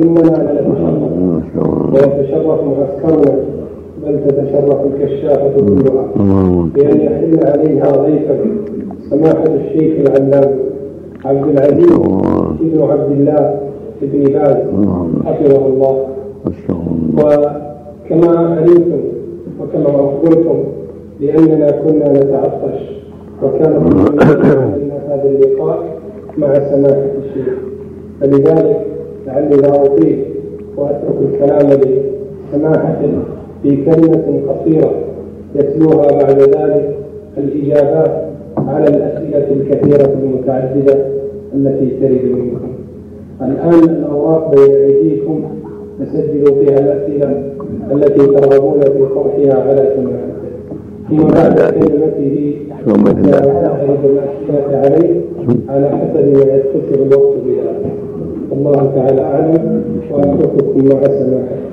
وإننا لنتشرف ويتشرف معسكرنا، بل تتشرف الكشافة كلها بأن يحل عليها ضيفا سماحة الشيخ العلامة عبد العزيز ابن عبد الله ابن باز حفظه الله. وكما علمتم وكما أخبرتم بأننا كنا نتعطش، وكان علينا هذا اللقاء مع سماحة الشيخ، فلذلك لعلي لا أطيل وأترك الكلام لسماحته في كلمة قصيرة يتلوها بعد ذلك الإجابات على الأسئلة الكثيرة المتعددة التي ترد منكم. الآن الأوراق بين أيديكم تسجلوا فيها الأسئلة التي ترغبون في طرحها على سماحته، ثم بعد كلمته تعرض الأسئلة عليه على حسب ما يتسع الوقت بذلك. الله تعالى أعلم، وأترككم مع سماحته.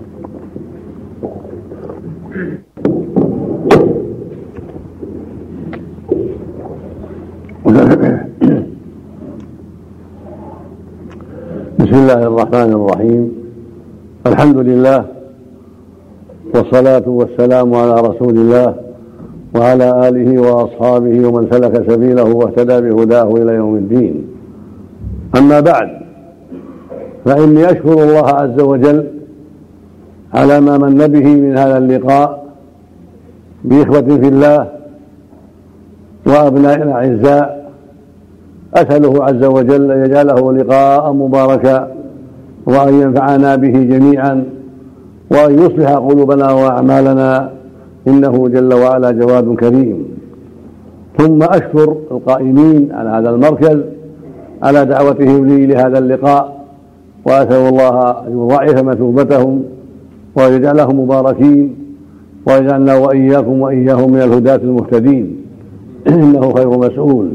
بسم الله الرحمن الرحيم. الحمد لله والصلاة والسلام على رسول الله وعلى آله وأصحابه ومن سلك سبيله واهتدى بهداه إلى يوم الدين. أما بعد، فإني أشكر الله عز وجل على ما من به من هذا اللقاء بإخوة في الله وأبناء الأعزاء. أسأله عز وجل أن يجعله لقاء مباركا، وأن ينفعنا به جميعا، وأن يصلح قلوبنا وأعمالنا، إنه جل وعلا جواد كريم. ثم أشكر القائمين على هذا المركز على دعوتهم لي لهذا اللقاء، وأسأل الله أن يضاعف مثوبتهم وأن يجعلهم مباركين، ويجعلنا وإياكم وإياهم من الهداة المهتدين، إنه خير مسؤول.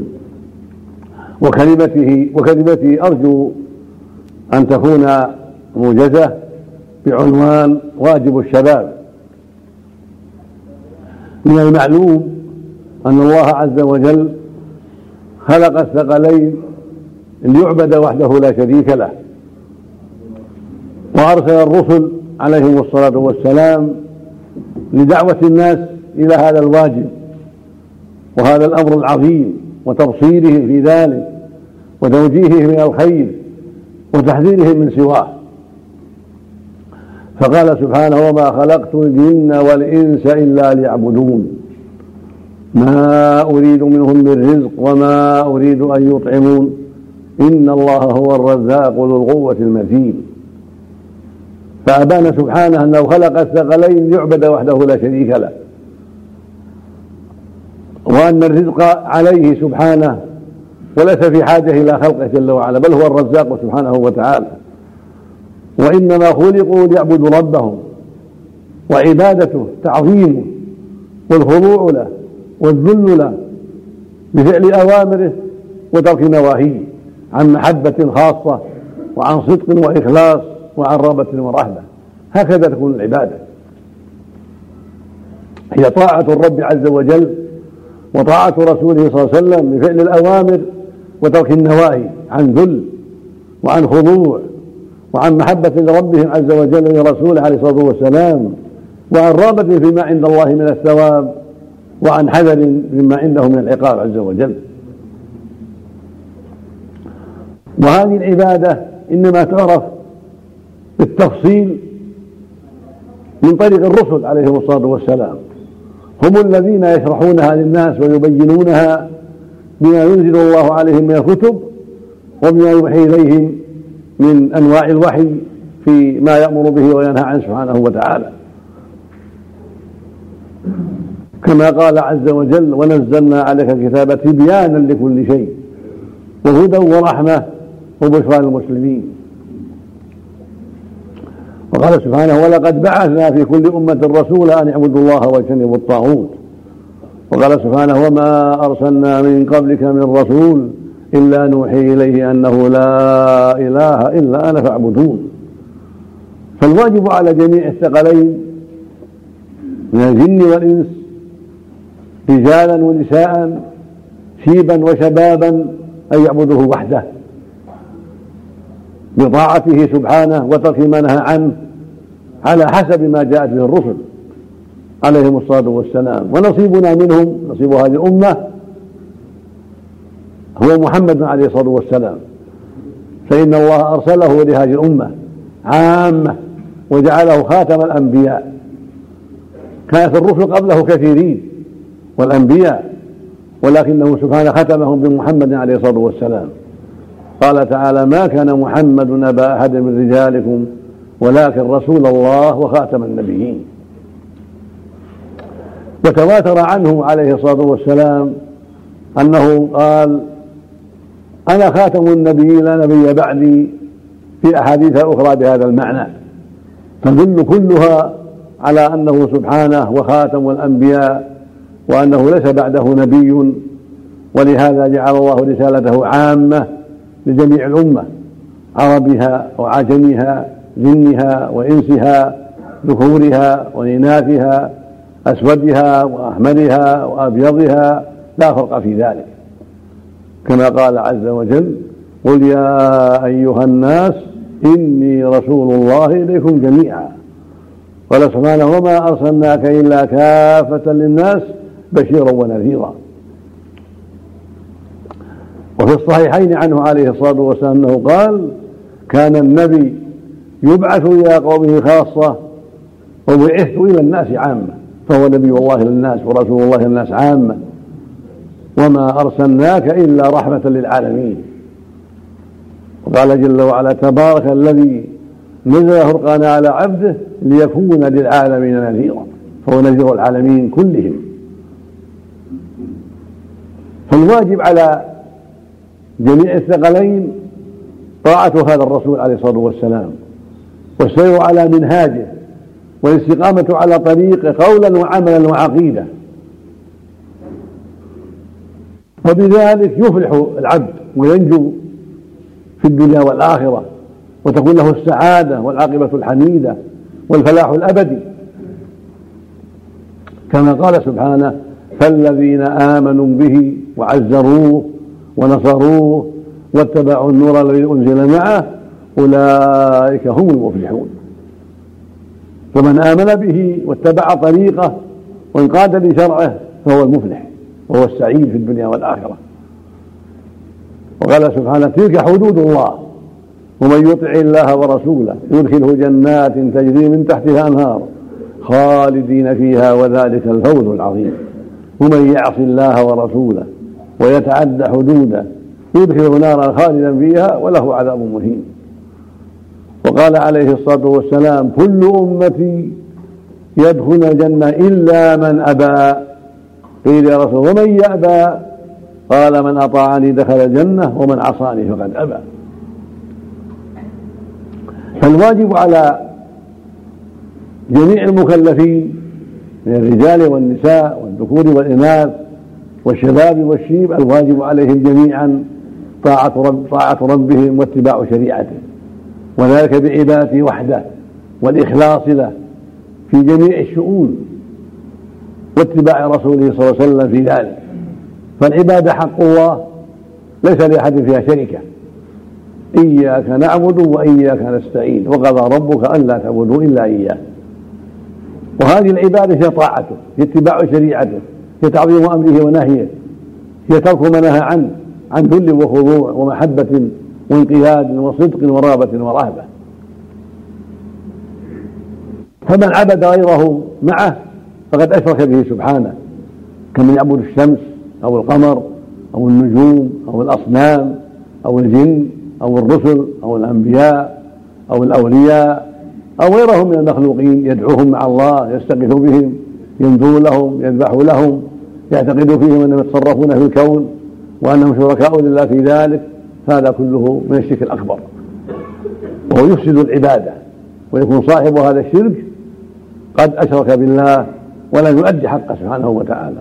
وكلمتي أرجو أن تكون موجزة بعنوان واجب الشباب. من المعلوم أن الله عز وجل خلق الثقلين ليعبد وحده لا شريك له، وأرسل الرسل عليهم الصلاة والسلام لدعوة الناس إلى هذا الواجب وهذا الأمر العظيم، وتبصيرهم في ذلك، وتوجيههم إلى الخير، وتحذيرهم من سواه. فقال سبحانه: وما خلقت الجن والإنس إلا ليعبدون ما أريد منهم من رزق وما أريد أن يطعمون إن الله هو الرزاق ذو القوة المتين. فأبان سبحانه أنه خلق الثقلين ليعبد وحده لا شريك له، وأن الرزق عليه سبحانه وليس في حاجة إلى خلقه جل وعلا، بل هو الرزاق سبحانه وتعالى. وإنما خلقوا ليعبدوا ربهم، وعبادته تعظيمه والخضوع له والذل له بفعل أوامره وترك نواهيه، عن محبة خاصة وعن صدق وإخلاص وعن رغبة ورهبة. هكذا تكون العبادة، هي طاعة الرب عز وجل وطاعة رسوله صلى الله عليه وسلم بفعل الأوامر وترك النواهي، عن ذل وعن خضوع وعن محبة لربهم عز وجل ولرسوله عليه الصلاة والسلام، وعن رغبة فيما عند الله من الثواب، وعن حذر مما عنده من العقاب عز وجل. وهذه العبادة إنما تعرف بالتفصيل من طريق الرسل عليهم الصلاة والسلام، هم الذين يشرحونها للناس ويبينونها بما ينزل الله عليهم من الكتب وبما يوحي إليهم من أنواع الوحي في ما يأمر به وينهى عنه سبحانه وتعالى، كما قال عز وجل: ونزلنا عليك الكتاب تبيانا لكل شيء وهدى ورحمة وبشرى للمسلمين. وقال سبحانه: ولقد بعثنا في كل أمة رسولا أن اعبدوا الله واجتنبوا الطاغوت. وقال سبحانه: وما أرسلنا من قبلك من رسول إلا نوحي إليه أنه لا إله إلا أنا فاعبدون. فالواجب على جميع الثقلين من الجن والإنس، رجالا ونساء، شيبا وشبابا، أن يعبدوه وحده بطاعته سبحانه وترك ما نهى عنه على حسب ما جاءت به الرسل عليهم الصلاة والسلام. ونصيبنا منهم، نصيب هذه الأمة، هو محمد عليه الصلاة والسلام، فإن الله أرسله لهذه الأمة عامة وجعله خاتم الأنبياء. كانت الرسل قبله كثيرين والأنبياء، ولكنه سبحانه ختمهم بمحمد عليه الصلاة والسلام. قال تعالى: ما كان محمد أبا أحد من رجالكم ولكن رسول الله وخاتم النبيين. وتواتر عنه عليه الصلاة والسلام أنه قال: أنا خاتم النبيين لا نبي بعدي، في أحاديث أخرى بهذا المعنى، تدل كلها على أنه سبحانه وخاتم الأنبياء، وأنه ليس بعده نبي. ولهذا جعل الله رسالته عامة لجميع الأمة، عربها وعجمها، جنها وإنسها، ذكورها وإناثها، أسودها وأحمرها وأبيضها، لا فرق في ذلك، كما قال عز وجل: قل يا أيها الناس إني رسول الله إليكم جميعا. قال سبحانه: وما أرسلناك إلا كافة للناس بشيرا ونذيرا. وفي الصحيحين عنه عليه الصلاة والسلام أنه قال: كان النبي يبعث إلى قومه خاصة وبعثت إلى الناس عامة، فهو نبي الله للناس ورسول الله للناس عامة. وما أرسلناك إلا رحمة للعالمين. وقال جل وعلا: تبارك الذي نزل الفرقان على عبده ليكون للعالمين نذيرا، فهو نذير العالمين كلهم. فالواجب على جميع الثقلين طاعة هذا الرسول عليه الصلاة والسلام، والسير على منهاجه، والاستقامة على طريقه قولا وعملا وعقيدة، وبذلك يفلح العبد وينجو في الدنيا والآخرة، وتكون له السعادة والعاقبة الحميدة والفلاح الأبدي، كما قال سبحانه: فالذين آمنوا به وعزروه ونصروه واتبعوا النور الذي أنزل معه أولئك هم المفلحون. فمن آمن به واتبع طريقه وانقاد لشرعه فهو المفلح وهو السعيد في الدنيا والآخرة. وقال سبحانه: تلك حدود الله ومن يطع الله ورسوله يدخله جنات تجري من تحتها أنهار خالدين فيها وذلك الفوز العظيم. ومن يعص الله ورسوله ويتعدى حدوده يدخله نارا خالدا فيها وله عذاب مهين. وقال عليه الصلاة والسلام: كل أمتي يدخل الجنة إلا من أبى. قيل يا رسول: ومن يأبى؟ قال: من أطاعني دخل الجنة ومن عصاني فقد أبى. فالواجب على جميع المكلفين من الرجال والنساء والذكور والإناث والشباب والشيب، الواجب عليهم جميعا طاعة ربهم واتباع شريعته، وذلك بعبادته وحده والإخلاص له في جميع الشؤون، واتباع رسوله صلى الله عليه وسلم في ذلك. فالعبادة حق الله ليس لأحد فيها شركة. إياك نعبد وإياك نستعين، وقضى ربك ألا تعبدوا إلا إياه. وهذه العبادة هي طاعته، هي اتباع شريعته، هي تعظيم أمره ونهيه، هي ترك ما نهى عنه عن ذل وخضوع ومحبة وانقياد وصدق ورغبة ورهبة. فمن عبد غيره معه فقد أشرك به سبحانه، كمن يعبد الشمس أو القمر أو النجوم أو الأصنام أو الجن أو الرسل أو الأنبياء أو الأولياء أو غيرهم من المخلوقين، يدعوهم مع الله، يستغيث بهم، ينذر لهم، يذبح لهم، يعتقد فيهم أنهم يتصرفون في الكون وأنهم شركاء لله في ذلك. هذا كله من الشرك الأكبر، وهو يفسد العبادة، ويكون صاحب هذا الشرك قد أشرك بالله ولم يؤدي حقه سبحانه وتعالى،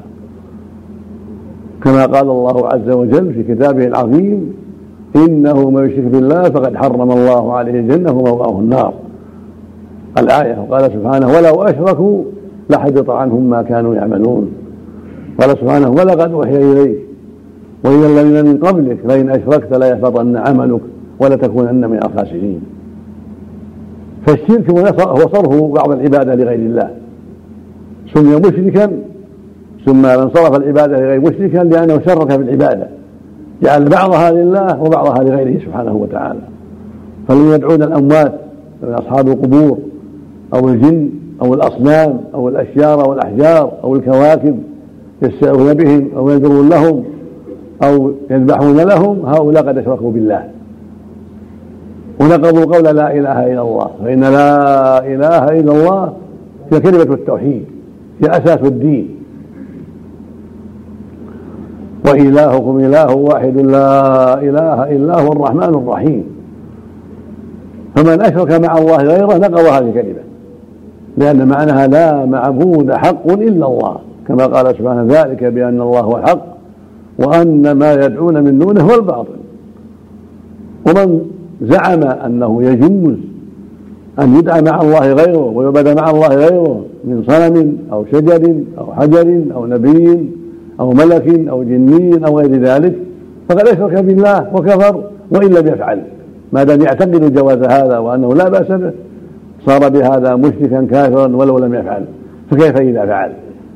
كما قال الله عز وجل في كتابه العظيم: إنه من يشرك بالله فقد حرم الله عليه الجنة ومأواه النار، الآية. وقال سبحانه: ولو أشركوا لحبط عنهم ما كانوا يعملون. قال سبحانه: ولقد أوحي إليك وإلى الذين من قبلك لئن أشركت ليحبطن عملك ولتكونن من الخاسرين. فالشرك هو صرف بعض العبادة لغير الله، سمي مشركا، ثم من صرف العبادة لغير مشركا لأنه شرك في العبادة، جعل بعضها لله وبعضها لغيره سبحانه وتعالى. فلن يدعون الأموات من أصحاب القبور أو الجن أو الأصنام أو الأشجار أو الأحجار أو الكواكب يستغيثون بهم أو ينذرون لهم أو يذبحون لهم، هؤلاء قد أشركوا بالله ونقضوا قول لا إله إلا الله. فإن لا إله إلا الله هي كلمة التوحيد، هي أساس الدين. وإلهكم إله واحد لا إله إلا هو الرحمن الرحيم. فمن أشرك مع الله غيره نقض هذه الكلمة، لأن معناها لا معبود حق إلا الله، كما قال سبحانه ذلك بأن الله هو الحق وأن ما يدعون من دونه هو الباطل. ومن زعم أنه يجوز أن يدعى مع الله غيره ويعبد مع الله غيره من صنم أو شجر أو حجر أو نبي أو ملك أو جني أو غير ذلك فقد أشرك بالله وكفر، وإن لم يفعل ما دام يعتقد جواز هذا وأنه لا بأس به صار بهذا مشركا كافرا ولو لم يفعل، فكيف إذا فعل؟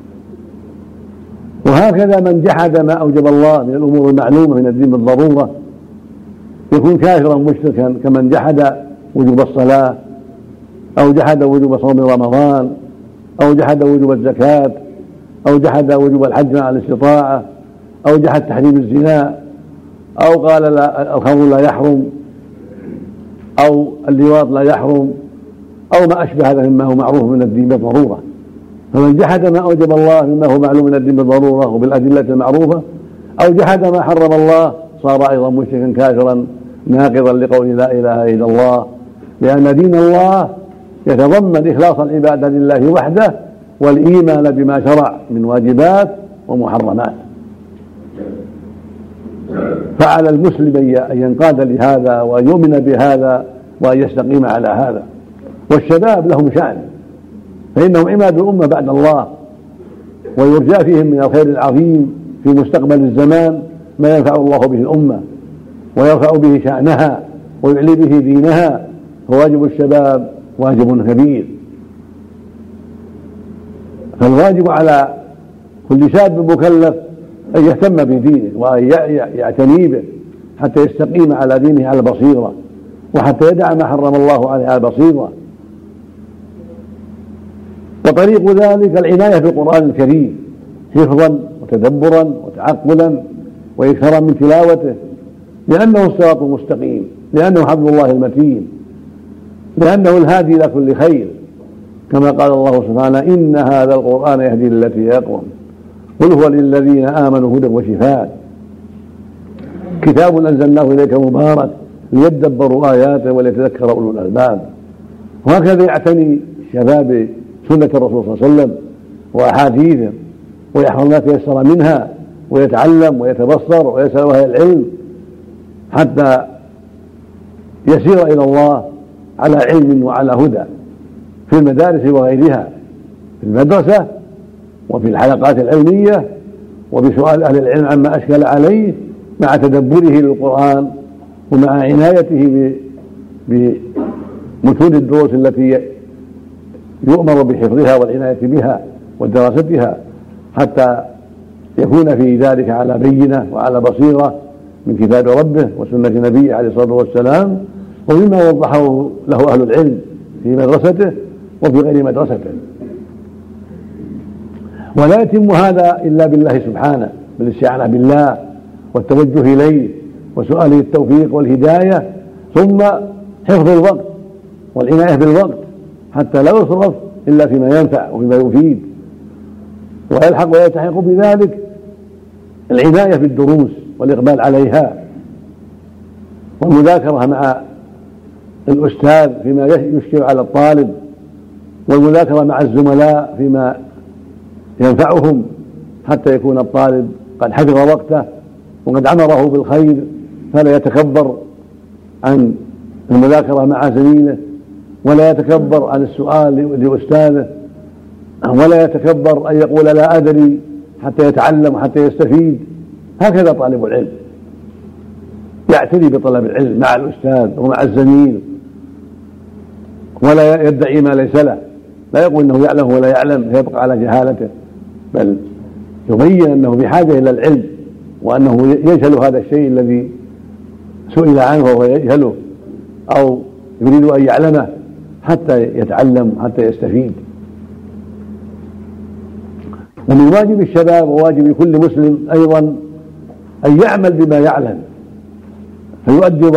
وهكذا من جحد ما أوجب الله من الأمور المعلومة من الدين بالضرورة يكون كافرا مشركا، كمن جحد وجوب الصلاة أو جحد وجوب صوم رمضان أو جحد وجوب الزكاة أو جحد وجوب الحج مع الاستطاعة أو جحد تحريم الزنا أو قال لا الخمر لا يحرم أو اللواط لا يحرم أو ما أشبه هذا مما هو معروف من الدين بالضرورة. فمن جحد ما أوجب الله مما هو معلوم من الدين بالضرورة وبالأدلة المعروفة أو جحد ما حرم الله صار أيضا مشركا كافرا ناقضا لقول لا إله إلا الله، لأن دين الله يتضمن إخلاص العبادة لله وحده والإيمان بما شرع من واجبات ومحرمات. فعلى المسلم أن ينقاد لهذا وأن يؤمن بهذا وأن يستقيم على هذا. والشباب لهم شأن، فإنهم عماد الأمة بعد الله، ويرجى فيهم من الخير العظيم في مستقبل الزمان ما ينفع الله به الأمة ويرفع به شأنها ويعلي به دينها. فواجب الشباب واجب كبير، فالواجب على كل شاب مكلف أن يهتم بدينه وأن يعتني به حتى يستقيم على دينه على بصيرة، وحتى يدع ما حرم الله عليه على بصيرة. وطريق ذلك العناية بالقرآن الكريم حفظا وتدبرا وتعقلا وإكثارا من تلاوته، لأنه الصراط المستقيم، لأنه حبل الله المتين، لأنه الهادي إلى كل خير، كما قال الله سبحانه إن هذا القرآن يهدي للتي هي أقوم قل هو للذين آمنوا هدى وشفاء كتاب أنزلناه إليك مبارك ليدبروا آياته وليتذكر أولو الألباب. وهكذا يعتني الشباب سنة الرسول صلى الله عليه وسلم وأحاديثه ويحفظ ما تيسر منها ويتعلم ويتبصر ويسأل أهل العلم حتى يسير إلى الله على علم وعلى هدى في المدارس وغيرها، في المدرسة وفي الحلقات العلمية وبسؤال أهل العلم عما أشكل عليه مع تدبره للقرآن ومع عنايته بمتون الدروس التي يؤمر بحفظها والعناية بها ودراستها، حتى يكون في ذلك على بينة وعلى بصيرة من كتاب ربه وسنة نبيه عليه الصلاة والسلام ومما وضحه له أهل العلم في مدرسته وفي غير مدرسته. ولا يتم هذا إلا بالله سبحانه، بالاستعانة بالله والتوجه إليه وسؤاله التوفيق والهداية، ثم حفظ الوقت والعناية بالوقت حتى لا يصرف إلا فيما ينفع وفيما يفيد. ويلحق ويلتحق بذلك العناية بالدروس والإقبال عليها والمذاكرة مع الأستاذ فيما يشكل على الطالب، والمذاكرة مع الزملاء فيما ينفعهم حتى يكون الطالب قد حفظ وقته وقد عمره بالخير، فلا يتكبر عن المذاكرة مع زميله ولا يتكبر عن السؤال لأستاذه ولا يتكبر أن يقول لا أدري حتى يتعلم وحتى يستفيد. هكذا طالب العلم يعتني بطلب العلم مع الأستاذ ومع الزميل، ولا يدعي ما ليس له، لا يقول انه يعلم ولا يعلم فيبقى على جهالته، بل يبين انه بحاجه الى العلم، وانه يجهل هذا الشيء الذي سئل عنه وهو يجهله او يريد ان يعلمه حتى يتعلم حتى يستفيد. ومن واجب الشباب وواجب كل مسلم ايضا ان يعمل بما يعلم فيؤدي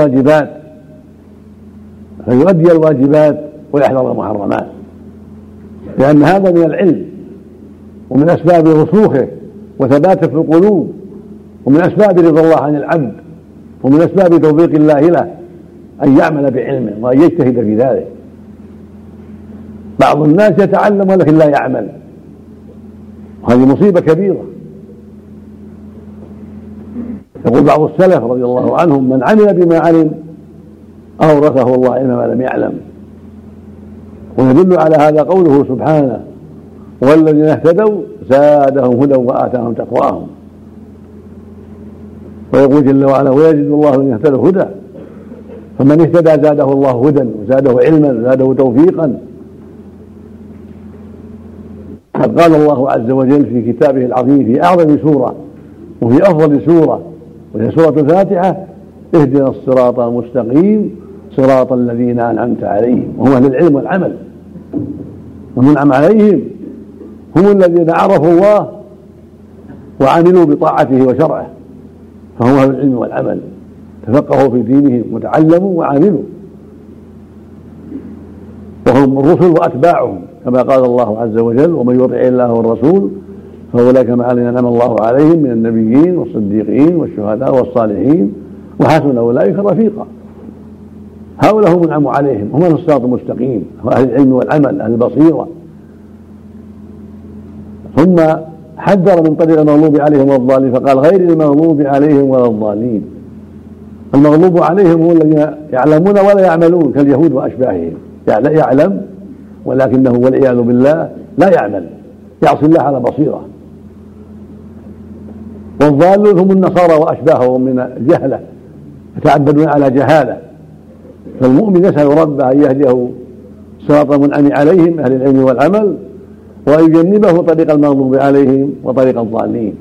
الواجبات ويحذر المحرمات، لأن هذا من العلم ومن أسباب رسوخه وثباته في القلوب، ومن أسباب رضا الله عن العبد، ومن أسباب توفيق الله له أن يعمل بعلمه وأن يجتهد في ذلك. بعض الناس يتعلم ولكن لا يعمل، وهذه مصيبة كبيرة. يقول بعض السلف رضي الله عنهم: من عمل بما علم أورثه الله علم ما لم يعلم. ويدل على هذا قوله سبحانه: والذين اهتدوا زادهم هدى وآتاهم تقواهم. ويقول جل وعلا: ويزيد الله الذين اهتدوا هدى. فمن اهتدى زاده الله هدى وزاده علما وزاده توفيقا. قد قال الله عز وجل في كتابه العظيم في أعظم سورة وفي أفضل سورة وهي سورة الفاتحة: اهدنا الصراط المستقيم صراط الذين أنعمت عليهم. وهم أهل العلم والعمل، ومنعم عليهم هم الذين عرفوا الله وعملوا بطاعته وشرعه، فهم أهل العلم والعمل، تفقهوا في دينهم وتعلموا وعملوا، وهم الرسل وأتباعهم، كما قال الله عز وجل: ومن يطع الله والرسول فأولئك مع الذين أنعم الله عليهم من النبيين والصديقين والشهداء والصالحين وحسن أولئك رفيقا. هؤلاء هم منعم عليهم، هم أهل الصراط المستقيم، أهل العلم والعمل، أهل البصيرة. ثم حذر من طريق المغلوب عليهم والضالين فقال: غير المغلوب عليهم ولا الضالين. المغلوب عليهم هم الذين يعلمون ولا يعملون كاليهود وأشباههم، يعلم ولكنه والعياذ بالله لا يعمل، يعصي الله على بصيرة. والضالون هم النصارى وأشباههم من الجهلة، يتعبدون على جهالة. فالمؤمن يسأل ربه أن يهديه صراط المنعم عليهم أهل العلم والعمل، وأن يجنبه طريق المغضوب عليهم وطريق الضالين.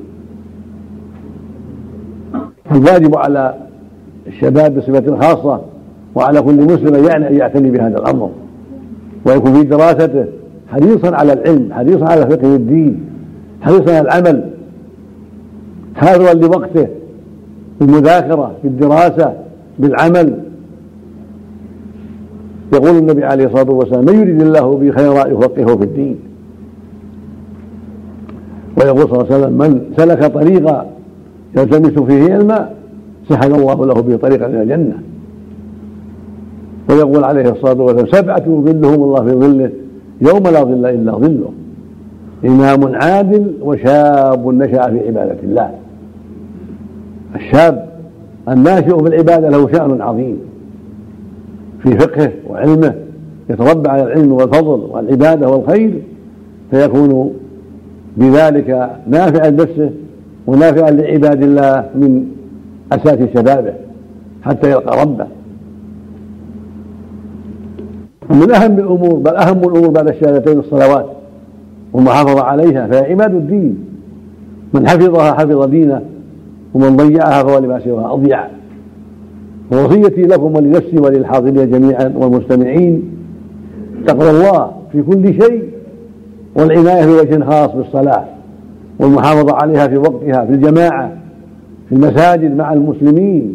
الواجب على الشباب بصفة خاصة وعلى كل مسلم أن يعتني بهذا الأمر، ويكون في دراسته حريصا على العلم، حريصا على فقه الدين، حريصا على العمل، حاضرا لوقته بالمذاكرة بالدراسة بالعمل. يقول النبي عليه الصلاة والسلام: من يريد الله به خيرا يفقهه في الدين. ويقول صلى الله عليه وسلم: من سلك طريقا يلتمس فيه علما سهل الله له به طريقا إلى الجنة. ويقول عليه الصلاة والسلام: 7 يظلهم الله في ظله يوم لا ظل إلا ظله: إمام عادل وشاب نشأ في عبادة الله. الشاب الناشئ في العبادة له شأن عظيم في فقهه وعلمه، يتربى على العلم والفضل والعبادة والخير، فيكون بذلك نافعا لنفسه ونافعا لعباد الله من أساس شبابه حتى يلقى ربه. ومن أهم الأمور بل أهم الأمور بعد الشهادتين الصلوات والمحافظة عليها، فهي عماد الدين. من حفظها حفظ دينه، ومن ضيعها فهو لما سواها أضيع. ووصيتي لكم ولنفسي وللحاضرين جميعا والمستمعين تقوى الله في كل شيء، والعناية بوجه خاص بالصلاة والمحافظة عليها في وقتها في الجماعة في المساجد مع المسلمين.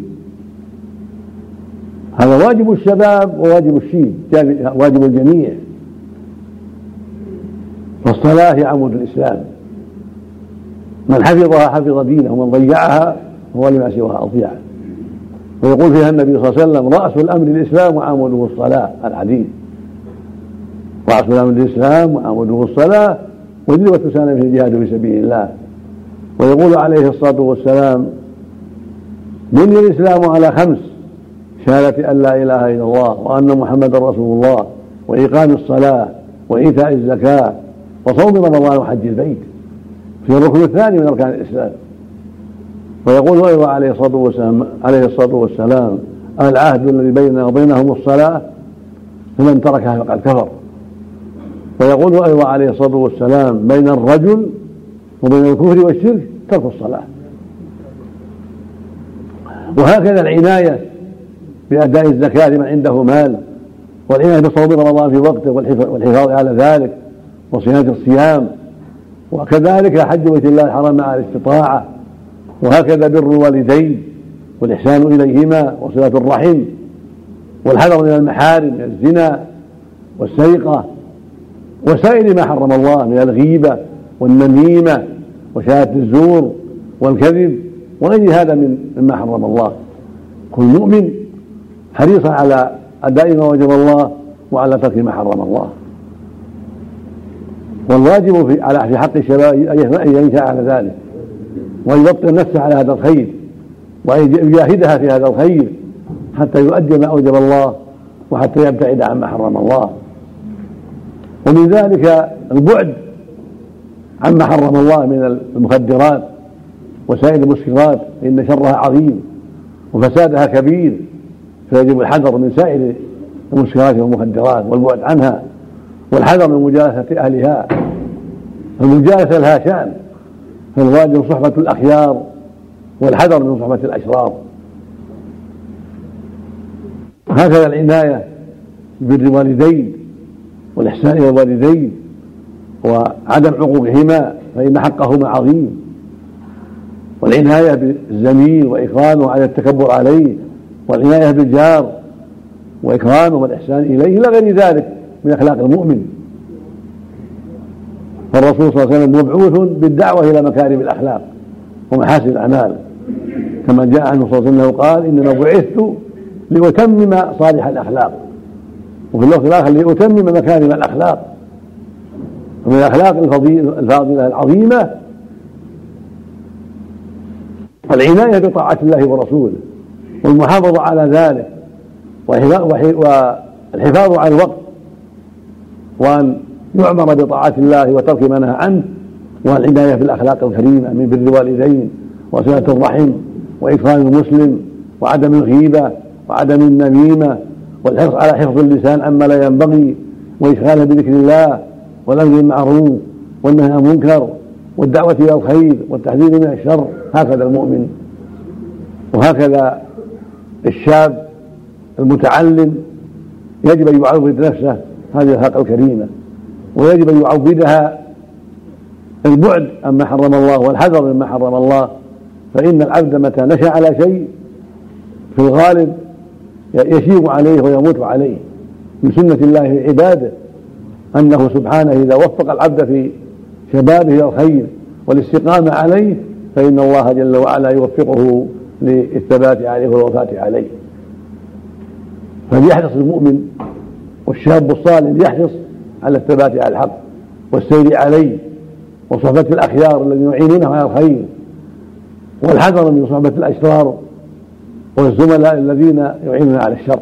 هذا واجب الشباب وواجب الشيب، واجب الجميع. والصلاة هي عمود الإسلام، من حفظها حفظ دينه، ومن ضيعها فهو لما سواها أضيع. ويقول فيها النبي صلى الله عليه وسلم: رأس الأمر الإسلام وعموده الصلاة. الحديث: رأس الأمر الإسلام وعموده الصلاة وذروة سنامه الجهاد في سبيل الله. ويقول عليه الصلاة والسلام: بني الإسلام على 5: شهادة أن لا إله إلا الله وأن محمدا رسول الله وإقام الصلاة وإيتاء الزكاة وصوم رمضان وحج البيت، في الركن الثاني من أركان الإسلام. ويقول أيضا عليه الصلاة والسلام العهد الذي بيننا وبينهم الصلاة فمن تركها فقد كفر. ويقول أيضا عليه الصلاة والسلام بين الرجل وبين الكفر والشرك ترك الصلاة. وهكذا العناية بأداء الزكاة لمن عنده مال، والعناية بصوم رمضان في وقته والحفاظ على ذلك وصيانة الصيام، وكذلك حج بيت الله الحرام مع الاستطاعة، وهكذا بر الوالدين والإحسان إليهما وصلة الرحم، والحذر من المحارم من الزنا والسرقة وسائر ما حرم الله من الغيبة والنميمة وشهادة الزور والكذب وغير هذا مما حرم الله. كل مؤمن حريصا على أداء ما وجب الله وعلى ترك ما حرم الله. والواجب في حق الشباب أن ينشأ على ذلك وأن يبطل نفسه على هذا الخير وأن يجاهدها في هذا الخير حتى يؤدي ما أوجب الله وحتى يبتعد عما حرم الله. ومن ذلك البعد عما حرم الله من المخدرات وسائر المسكرات، إن شرها عظيم وفسادها كبير، فيجب الحذر من سائر المسكرات والمخدرات والبعد عنها، والحذر من مجالسة أهلها، فالمجالسة لها شأن، فالواجب صحبة الأخيار والحذر من صحبة الأشرار. هكذا العناية ببر الوالدين والإحسان إلى الوالدين وعدم عقوقهما فإن حقهما عظيم، والعناية بالزميل وإكرامه على التكبر عليه، والعناية بالجار وإكرامه والإحسان إليه إلى غير ذلك من أخلاق المؤمن. فالرسول صلى الله عليه وسلم مبعوث بالدعوة إلى مكارم الأخلاق ومحاسن الأعمال، كما جاء عنه صلى الله عليه وسلم قال إنما بعثت لأتمم صالح الأخلاق، وفي اللفظ الآخر لأتمم مكارم الأخلاق. ومن الأخلاق الفاضلة العظيمة العناية بطاعة الله ورسوله والمحافظة على ذلك والحفاظ على الوقت، وأن يعمر بطاعة الله وترك ما نهى عنه، والعناية بالأخلاق الكريمة من بر الوالدين وصلة الرحم وإكرام المسلم وعدم الغيبة وعدم النميمة، والحرص على حفظ اللسان عما لا ينبغي وإشغاله بذكر الله والأمر بالمعروف والنهي عن المنكر والدعوة إلى الخير والتحذير من الشر. هكذا المؤمن. وهكذا الشاب المتعلم يجب أن يعود نفسه هذه الأخلاق الكريمة، ويجب أن يعودها البعد عما حرم الله والحذر مما حرم الله، فإن العبد متى نشأ على شيء في الغالب يشيب عليه ويموت عليه. من سنة الله في عباده أنه سبحانه إذا وفق العبد في شبابه إلى الخير والاستقامة عليه فإن الله جل وعلا يوفقه للثبات عليه والوفاة عليه. فليحرص المؤمن والشاب الصالح ليحرص على الثبات على الحق والسير عليه وصحبة الأخيار الذين يعينونه على الخير، والحذر من صحبة الأشرار والزملاء الذين يعينون على الشر.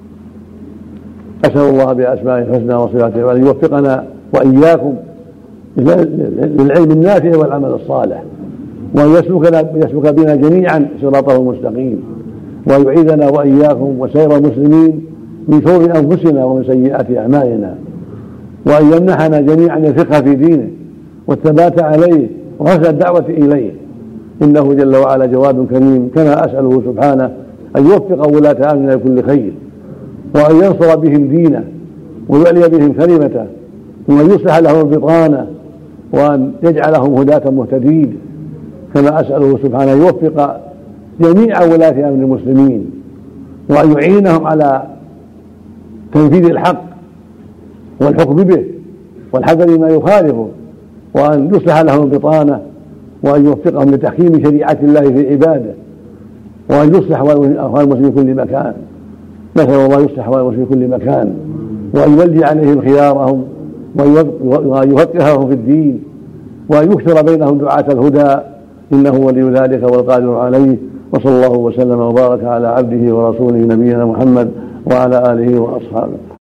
أسأل الله بأسمائه الحسنى وصفاته وأن يوفقنا وإياكم للعلم النافع والعمل الصالح، وأن يسلك بنا جميعا صراطه المستقيم، وأن يعيذنا وإياكم وسائر المسلمين من شرور أنفسنا ومن سيئات أعمالنا، وأن يمنحنا جميعا الفقه في دينه والثبات عليه وحسن الدعوة إليه، إنه جل وعلا جواد كريم. كما أسأله سبحانه أن يوفق ولاة أمرنا لكل خير، وأن ينصر بهم دينه ويعلي بهم كلمته، وأن يصلح لهم البطانة، وأن يجعلهم هداة مهتدين. كما أسأله سبحانه أن يوفق جميع ولاة أمر المسلمين، وأن يعينهم على تنفيذ الحق والحكم به والحذر ما يخالفه، وأن يصلح لهم البطانة، وأن يوفقهم لتحكيم شريعة الله في عباده، وأن يصلح أحوال المسلمين في كل مكان. نسأل الله يصلح أحوال المسلمين في كل مكان، وأن يولي عليهم خيارهم، وأن يفقههم في الدين، وأن يكثر بينهم دعاة الهدى، إنه ولي ذلك والقادر عليه. وصلى الله وسلم وبارك على عبده ورسوله نبينا محمد وعلى آله وأصحابه.